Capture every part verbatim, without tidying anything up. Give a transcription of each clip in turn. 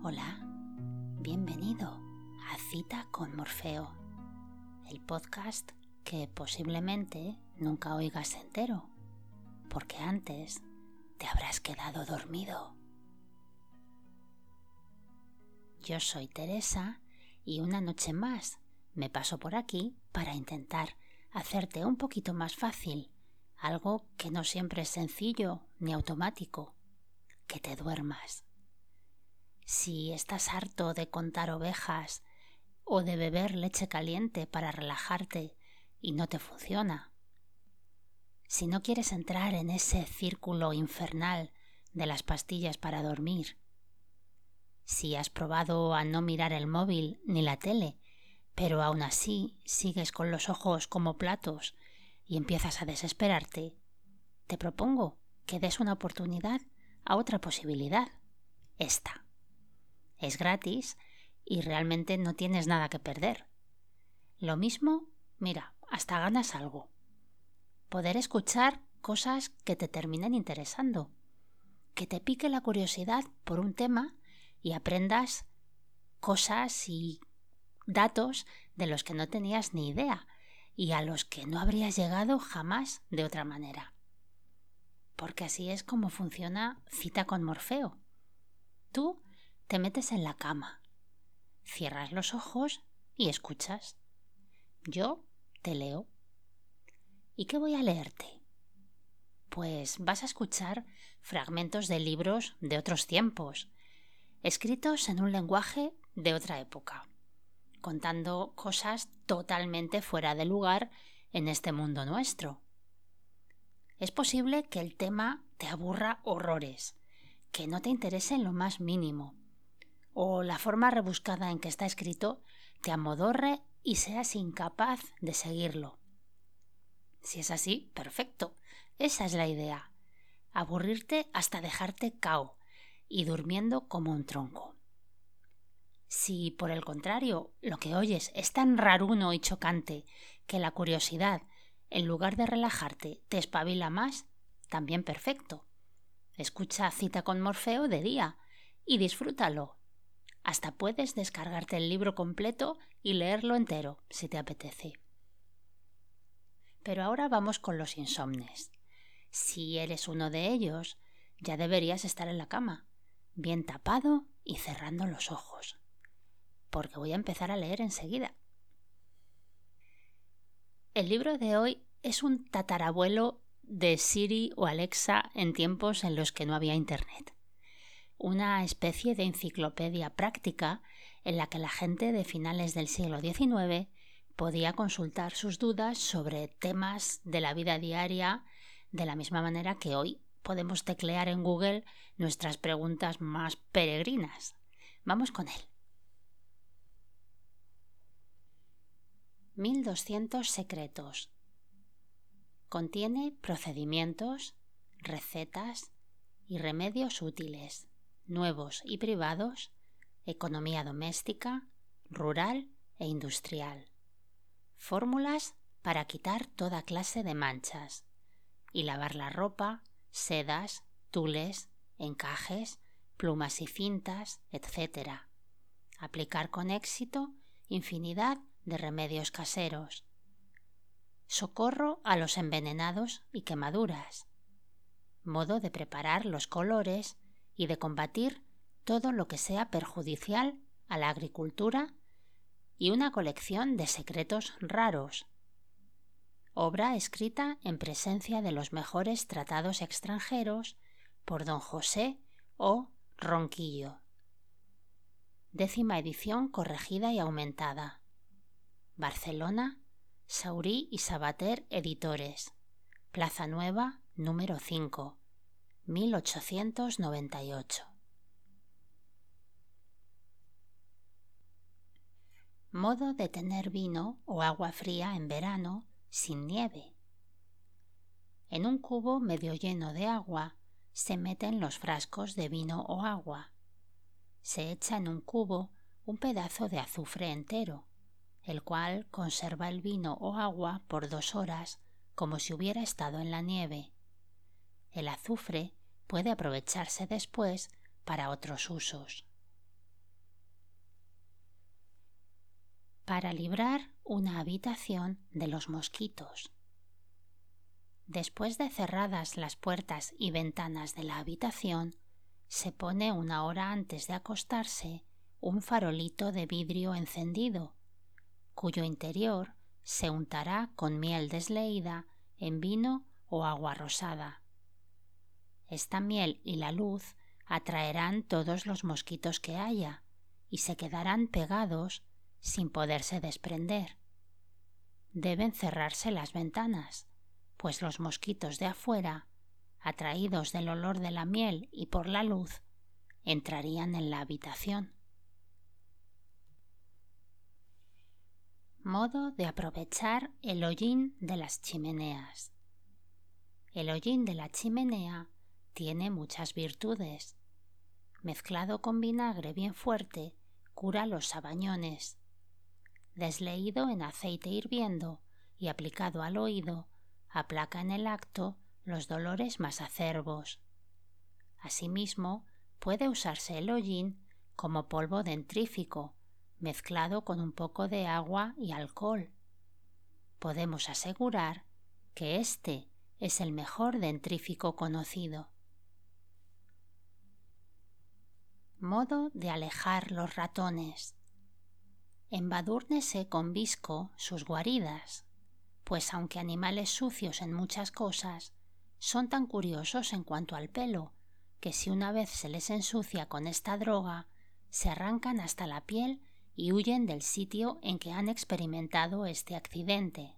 Hola, bienvenido a Cita con Morfeo, el podcast que posiblemente nunca oigas entero, porque antes te habrás quedado dormido. Yo soy Teresa y una noche más me paso por aquí para intentar hacerte un poquito más fácil algo que no siempre es sencillo ni automático, que te duermas. Si estás harto de contar ovejas o de beber leche caliente para relajarte y no te funciona, si no quieres entrar en ese círculo infernal de las pastillas para dormir, si has probado a no mirar el móvil ni la tele, pero aún así sigues con los ojos como platos y empiezas a desesperarte, te propongo que des una oportunidad a otra posibilidad, esta. Es gratis y realmente no tienes nada que perder. Lo mismo, mira, hasta ganas algo. Poder escuchar cosas que te terminen interesando, que te pique la curiosidad por un tema y aprendas cosas y datos de los que no tenías ni idea y a los que no habrías llegado jamás de otra manera. Porque así es como funciona Cita con Morfeo. Tú te metes en la cama, cierras los ojos y escuchas. Yo te leo. ¿Y qué voy a leerte? Pues vas a escuchar fragmentos de libros de otros tiempos, escritos en un lenguaje de otra época, contando cosas totalmente fuera de lugar en este mundo nuestro. Es posible que el tema te aburra horrores, que no te interese en lo más mínimo, o la forma rebuscada en que está escrito te amodorre y seas incapaz de seguirlo. Si es así, perfecto. Esa es la idea. Aburrirte hasta dejarte cao y durmiendo como un tronco. Si, por el contrario, lo que oyes es tan raruno y chocante que la curiosidad, en lugar de relajarte, te espabila más, también perfecto. Escucha Cita con Morfeo de día y disfrútalo. Hasta puedes descargarte el libro completo y leerlo entero, si te apetece. Pero ahora vamos con los insomnes. Si eres uno de ellos, ya deberías estar en la cama, bien tapado y cerrando los ojos, porque voy a empezar a leer enseguida. El libro de hoy es un tatarabuelo de Siri o Alexa en tiempos en los que no había internet. Una especie de enciclopedia práctica en la que la gente de finales del siglo diecinueve podía consultar sus dudas sobre temas de la vida diaria de la misma manera que hoy podemos teclear en Google nuestras preguntas más peregrinas. Vamos con él. mil doscientos secretos. Contiene procedimientos, recetas y remedios útiles, nuevos y privados, economía doméstica, rural e industrial. Fórmulas para quitar toda clase de manchas y lavar la ropa, sedas, tules, encajes, plumas y cintas, etcétera. Aplicar con éxito infinidad de remedios caseros. Socorro a los envenenados y quemaduras. Modo de preparar los colores y de combatir todo lo que sea perjudicial a la agricultura y una colección de secretos raros. Obra escrita en presencia de los mejores tratados extranjeros por don José O. Ronquillo. Décima edición corregida y aumentada. Barcelona, Saurí y Sabater Editores. Plaza Nueva, número cinco, mil ochocientos noventa y ocho. Modo de tener vino o agua fría en verano sin nieve. En un cubo medio lleno de agua se meten los frascos de vino o agua. Se echa en un cubo un pedazo de azufre entero, el cual conserva el vino o agua por dos horas como si hubiera estado en la nieve. El azufre puede aprovecharse después para otros usos. para librar una habitación de los mosquitos. Después de cerradas las puertas y ventanas de la habitación, se pone una hora antes de acostarse un farolito de vidrio encendido, cuyo interior se untará con miel desleída en vino o agua rosada. Esta miel y la luz atraerán todos los mosquitos que haya y se quedarán pegados sin poderse desprender. Deben cerrarse las ventanas, pues los mosquitos de afuera, atraídos del olor de la miel y por la luz, entrarían en la habitación. Modo de aprovechar el hollín de las chimeneas. El hollín de la chimenea tiene muchas virtudes. Mezclado con vinagre bien fuerte, cura los sabañones. Desleído en aceite hirviendo y aplicado al oído, aplaca en el acto los dolores más acerbos. Asimismo, puede usarse el hollín como polvo dentrífico, mezclado con un poco de agua y alcohol. Podemos asegurar que este es el mejor dentrífico conocido. Modo de alejar los ratones. Embadúrnese con visco sus guaridas, pues aunque animales sucios en muchas cosas, son tan curiosos en cuanto al pelo, que si una vez se les ensucia con esta droga, se arrancan hasta la piel y huyen del sitio en que han experimentado este accidente.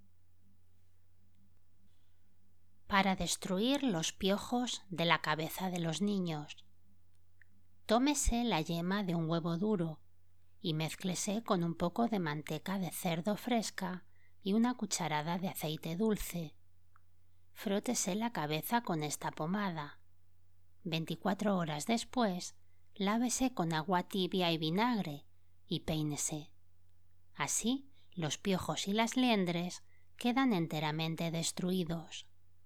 Para destruir los piojos de la cabeza de los niños, tómese la yema de un huevo duro y mézclese con un poco de manteca de cerdo fresca y una cucharada de aceite dulce. Frótese la cabeza con esta pomada. veinticuatro horas después, lávese con agua tibia y vinagre y peínese. Así, los piojos y las liendres quedan enteramente destruidos.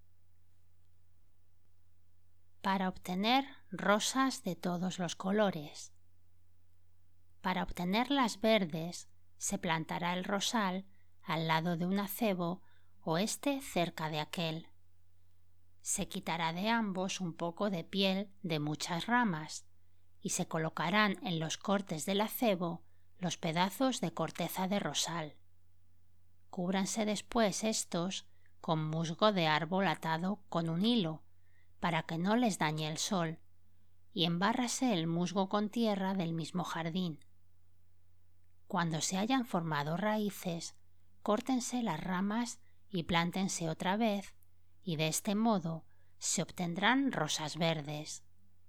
Para obtener rosas de todos los colores. Para obtenerlas verdes, se plantará el rosal al lado de un acebo o éste cerca de aquel. Se quitará de ambos un poco de piel de muchas ramas y se colocarán en los cortes del acebo los pedazos de corteza de rosal. Cúbranse después estos con musgo de árbol atado con un hilo para que no les dañe el sol, y embárrase el musgo con tierra del mismo jardín. Cuando se hayan formado raíces, córtense las ramas y plántense otra vez, y de este modo se obtendrán rosas verdes.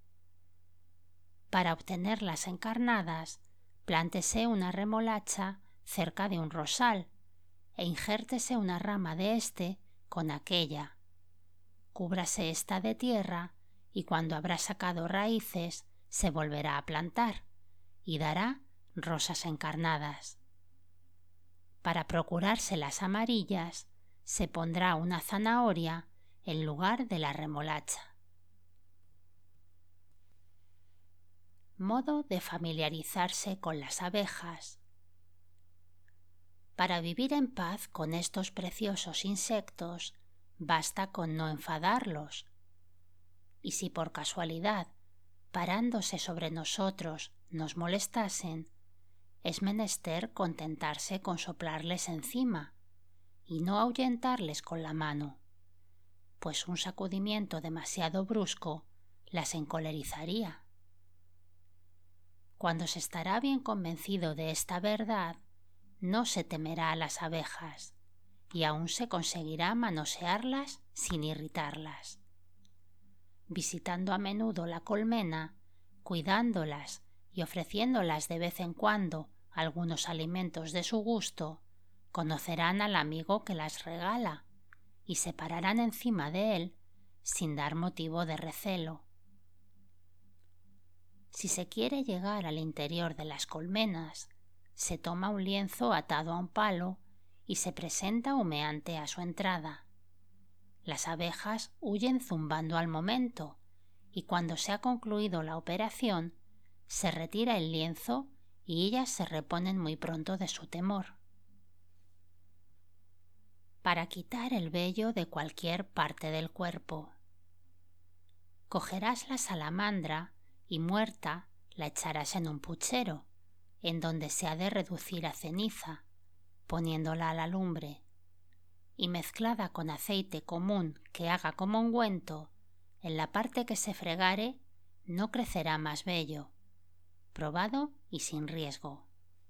Para obtenerlas encarnadas, plántese una remolacha cerca de un rosal e injértese una rama de éste con aquella. Cúbrase ésta de tierra y cuando habrá sacado raíces se volverá a plantar y dará rosas encarnadas. Para procurarse las amarillas, se pondrá una zanahoria en lugar de la remolacha. Modo de familiarizarse con las abejas. Para vivir en paz con estos preciosos insectos, basta con no enfadarlos. Y si por casualidad, parándose sobre nosotros, nos molestasen, es menester contentarse con soplarles encima y no ahuyentarles con la mano, pues un sacudimiento demasiado brusco las encolerizaría. Cuando se estará bien convencido de esta verdad, no se temerá a las abejas y aún se conseguirá manosearlas sin irritarlas. Visitando a menudo la colmena, cuidándolas y ofreciéndolas de vez en cuando algunos alimentos de su gusto, conocerán al amigo que las regala y se pararán encima de él sin dar motivo de recelo. Si se quiere llegar al interior de las colmenas, se toma un lienzo atado a un palo y se presenta humeante a su entrada. Las abejas huyen zumbando al momento y cuando se ha concluido la operación, se retira el lienzo y ellas se reponen muy pronto de su temor. Para quitar el vello de cualquier parte del cuerpo. Cogerás la salamandra y muerta la echarás en un puchero, en donde se ha de reducir a ceniza, poniéndola a la lumbre, y mezclada con aceite común que haga como ungüento, en la parte que se fregare no crecerá más vello, probado y sin riesgo.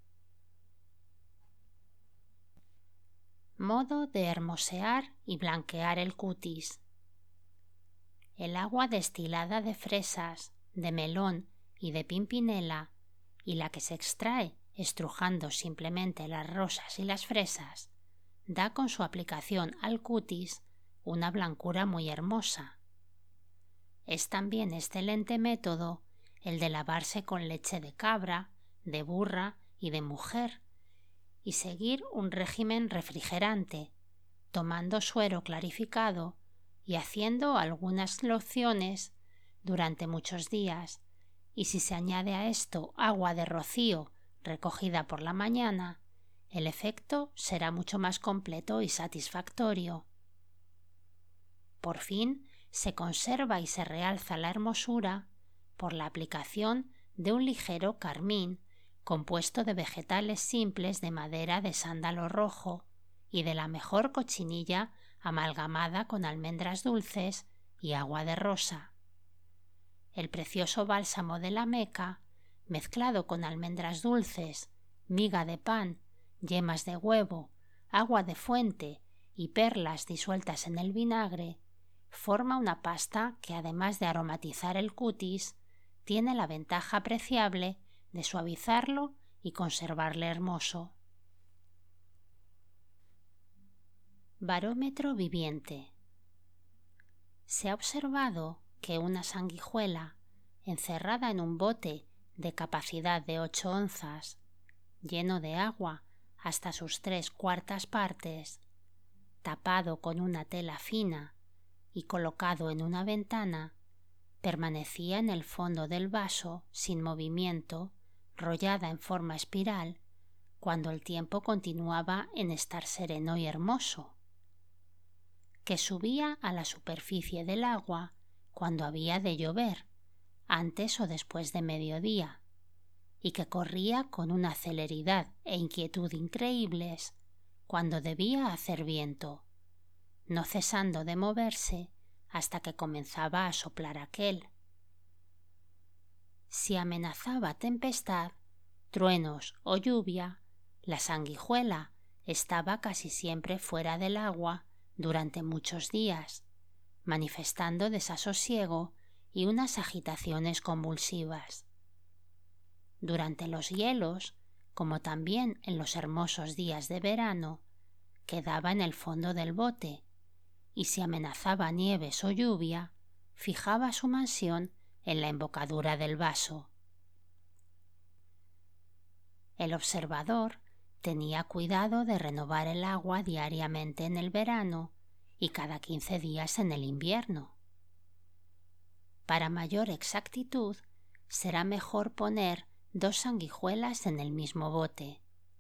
Modo de hermosear y blanquear el cutis. El agua destilada de fresas, de melón y de pimpinela, y la que se extrae estrujando simplemente las rosas y las fresas, da con su aplicación al cutis una blancura muy hermosa. Es también excelente método el de lavarse con leche de cabra, de burra y de mujer, y seguir un régimen refrigerante, tomando suero clarificado y haciendo algunas lociones durante muchos días, y si se añade a esto agua de rocío recogida por la mañana, el efecto será mucho más completo y satisfactorio. Por fin, se conserva y se realza la hermosura por la aplicación de un ligero carmín compuesto de vegetales simples de madera de sándalo rojo y de la mejor cochinilla amalgamada con almendras dulces y agua de rosa. El precioso bálsamo de la Meca, mezclado con almendras dulces, miga de pan, yemas de huevo, agua de fuente y perlas disueltas en el vinagre, forma una pasta que, además de aromatizar el cutis, tiene la ventaja apreciable de suavizarlo y conservarle hermoso. Barómetro viviente. Se ha observado que una sanguijuela encerrada en un bote de capacidad de ocho onzas, lleno de agua hasta sus tres cuartas partes, tapado con una tela fina y colocado en una ventana, permanecía en el fondo del vaso sin movimiento, rollada en forma espiral, cuando el tiempo continuaba en estar sereno y hermoso, que subía a la superficie del agua cuando había de llover, antes o después de mediodía, y que corría con una celeridad e inquietud increíbles cuando debía hacer viento, no cesando de moverse hasta que comenzaba a soplar aquel. Si amenazaba tempestad, truenos o lluvia, la sanguijuela estaba casi siempre fuera del agua durante muchos días, manifestando desasosiego y unas agitaciones convulsivas. Durante los hielos, como también en los hermosos días de verano, quedaba en el fondo del bote, y si amenazaba nieves o lluvia, fijaba su mansión en la embocadura del vaso. El observador tenía cuidado de renovar el agua diariamente en el verano y cada quince días en el invierno. Para mayor exactitud, será mejor poner dos sanguijuelas en el mismo bote.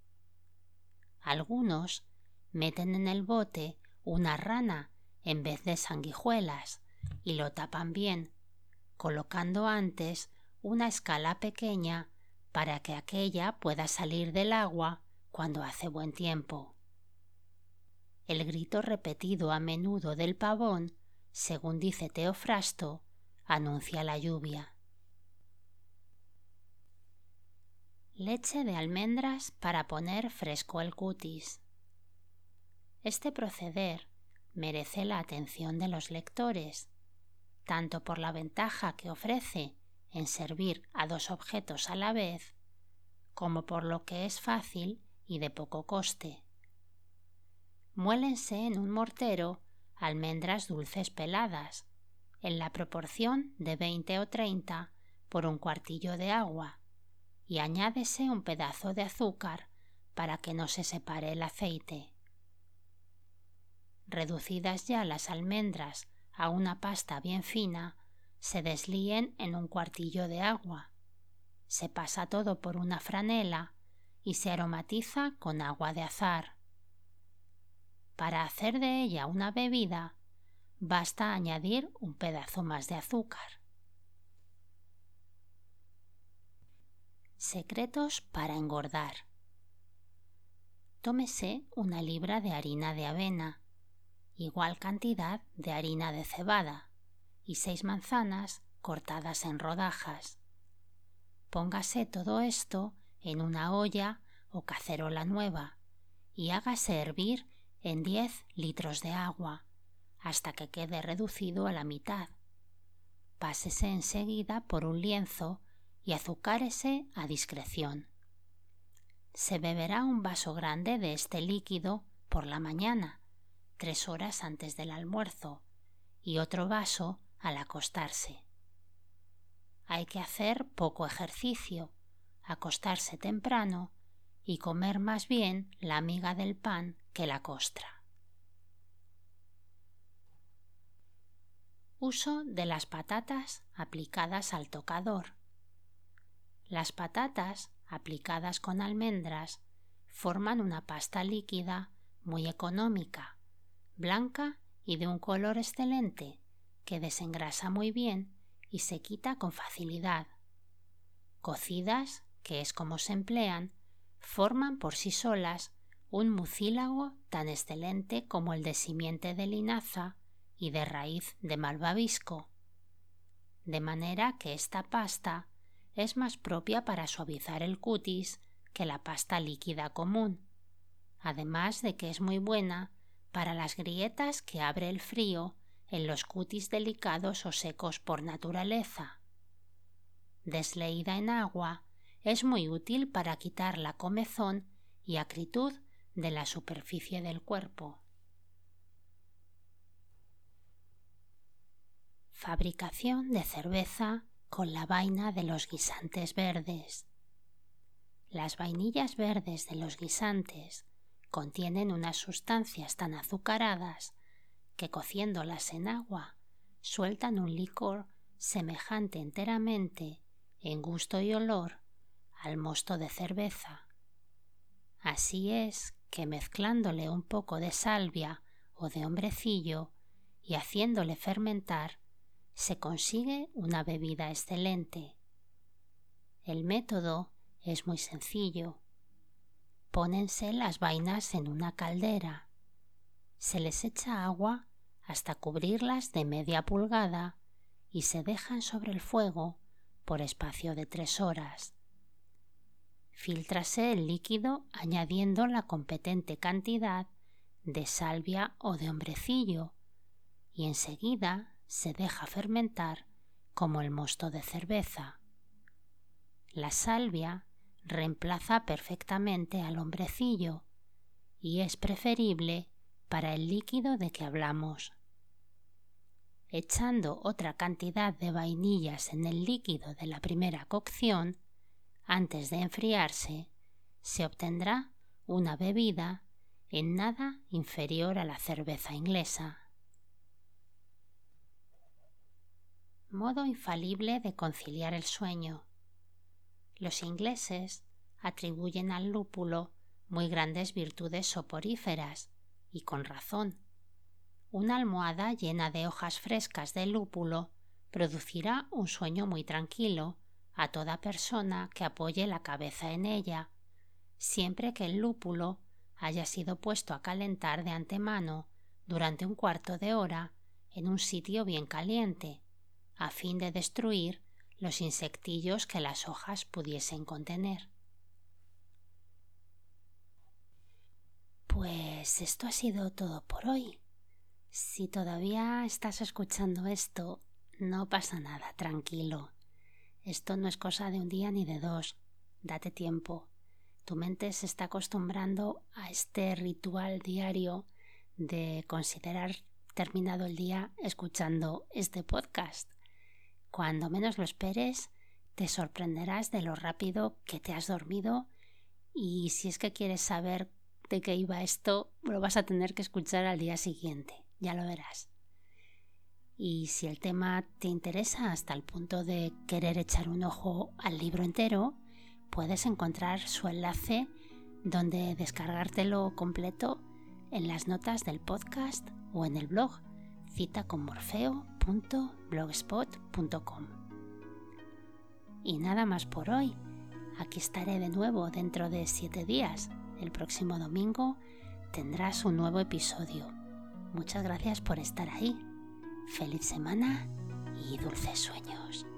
Algunos meten en el bote una rana en vez de sanguijuelas y lo tapan bien, colocando antes una escala pequeña para que aquella pueda salir del agua cuando hace buen tiempo. El grito repetido a menudo del pavón, según dice Teofrasto, anuncia la lluvia. Leche de almendras para poner fresco el cutis. Este proceder merece la atención de los lectores, tanto por la ventaja que ofrece en servir a dos objetos a la vez, como por lo que es fácil y de poco coste. Muélense en un mortero almendras dulces peladas, en la proporción de veinte o treinta por un cuartillo de agua, y añádese un pedazo de azúcar para que no se separe el aceite. Reducidas ya las almendras a una pasta bien fina, se deslíen en un cuartillo de agua. se pasa todo por una franela y se aromatiza con agua de azahar. Para hacer de ella una bebida, basta añadir un pedazo más de azúcar. Secretos para engordar. Tómese una libra de harina de avena, igual cantidad de harina de cebada y seis manzanas cortadas en rodajas. Póngase todo esto en una olla o cacerola nueva y hágase hervir en diez litros de agua hasta que quede reducido a la mitad. Pásese enseguida por un lienzo y azucárese a discreción. Se beberá un vaso grande de este líquido por la mañana, tres horas antes del almuerzo, y otro vaso al acostarse. Hay que hacer poco ejercicio, acostarse temprano y comer más bien la miga del pan que la costra. Uso de las patatas aplicadas al tocador. Las patatas aplicadas con almendras forman una pasta líquida muy económica, blanca y de un color excelente, que desengrasa muy bien y se quita con facilidad. Cocidas, que es como se emplean, forman por sí solas un mucílago tan excelente como el de simiente de linaza y de raíz de malvavisco, de manera que esta pasta es más propia para suavizar el cutis que la pasta líquida común, además de que es muy buena para las grietas que abre el frío en los cutis delicados o secos por naturaleza. Desleída en agua, es muy útil para quitar la comezón y acritud de la superficie del cuerpo. Fabricación de cerveza con la vaina de los guisantes verdes. Las vainillas verdes de los guisantes contienen unas sustancias tan azucaradas que cociéndolas en agua sueltan un licor semejante enteramente en gusto y olor al mosto de cerveza. Así es que mezclándole un poco de salvia o de hombrecillo y haciéndole fermentar, se consigue una bebida excelente. El método es muy sencillo. Pónense las vainas en una caldera. Se les echa agua hasta cubrirlas de media pulgada y se dejan sobre el fuego por espacio de tres horas. Fíltrase el líquido añadiendo la competente cantidad de salvia o de hombrecillo y enseguida se deja fermentar como el mosto de cerveza. La salvia reemplaza perfectamente al hombrecillo y es preferible para el líquido de que hablamos. Echando otra cantidad de vainillas en el líquido de la primera cocción, antes de enfriarse, se obtendrá una bebida en nada inferior a la cerveza inglesa. Modo infalible de conciliar el sueño. Los ingleses atribuyen al lúpulo muy grandes virtudes soporíferas, y con razón. Una almohada llena de hojas frescas de lúpulo producirá un sueño muy tranquilo a toda persona que apoye la cabeza en ella, siempre que el lúpulo haya sido puesto a calentar de antemano durante un cuarto de hora en un sitio bien caliente, a fin de destruir los insectillos que las hojas pudiesen contener. Pues esto ha sido todo por hoy. Si todavía estás escuchando esto, no pasa nada, tranquilo. Esto no es cosa de un día ni de dos. Date tiempo. Tu mente se está acostumbrando a este ritual diario de considerar terminado el día escuchando este podcast. Cuando menos lo esperes, te sorprenderás de lo rápido que te has dormido, y si es que quieres saber de qué iba esto, lo vas a tener que escuchar al día siguiente, ya lo verás. Y si el tema te interesa hasta el punto de querer echar un ojo al libro entero, puedes encontrar su enlace donde descargártelo completo en las notas del podcast o en el blog cita con morfeo punto blogspot punto com. Y nada más por hoy. Aquí estaré de nuevo dentro de siete días. El próximo domingo tendrás un nuevo episodio. Muchas gracias por estar ahí. Feliz semana y dulces sueños.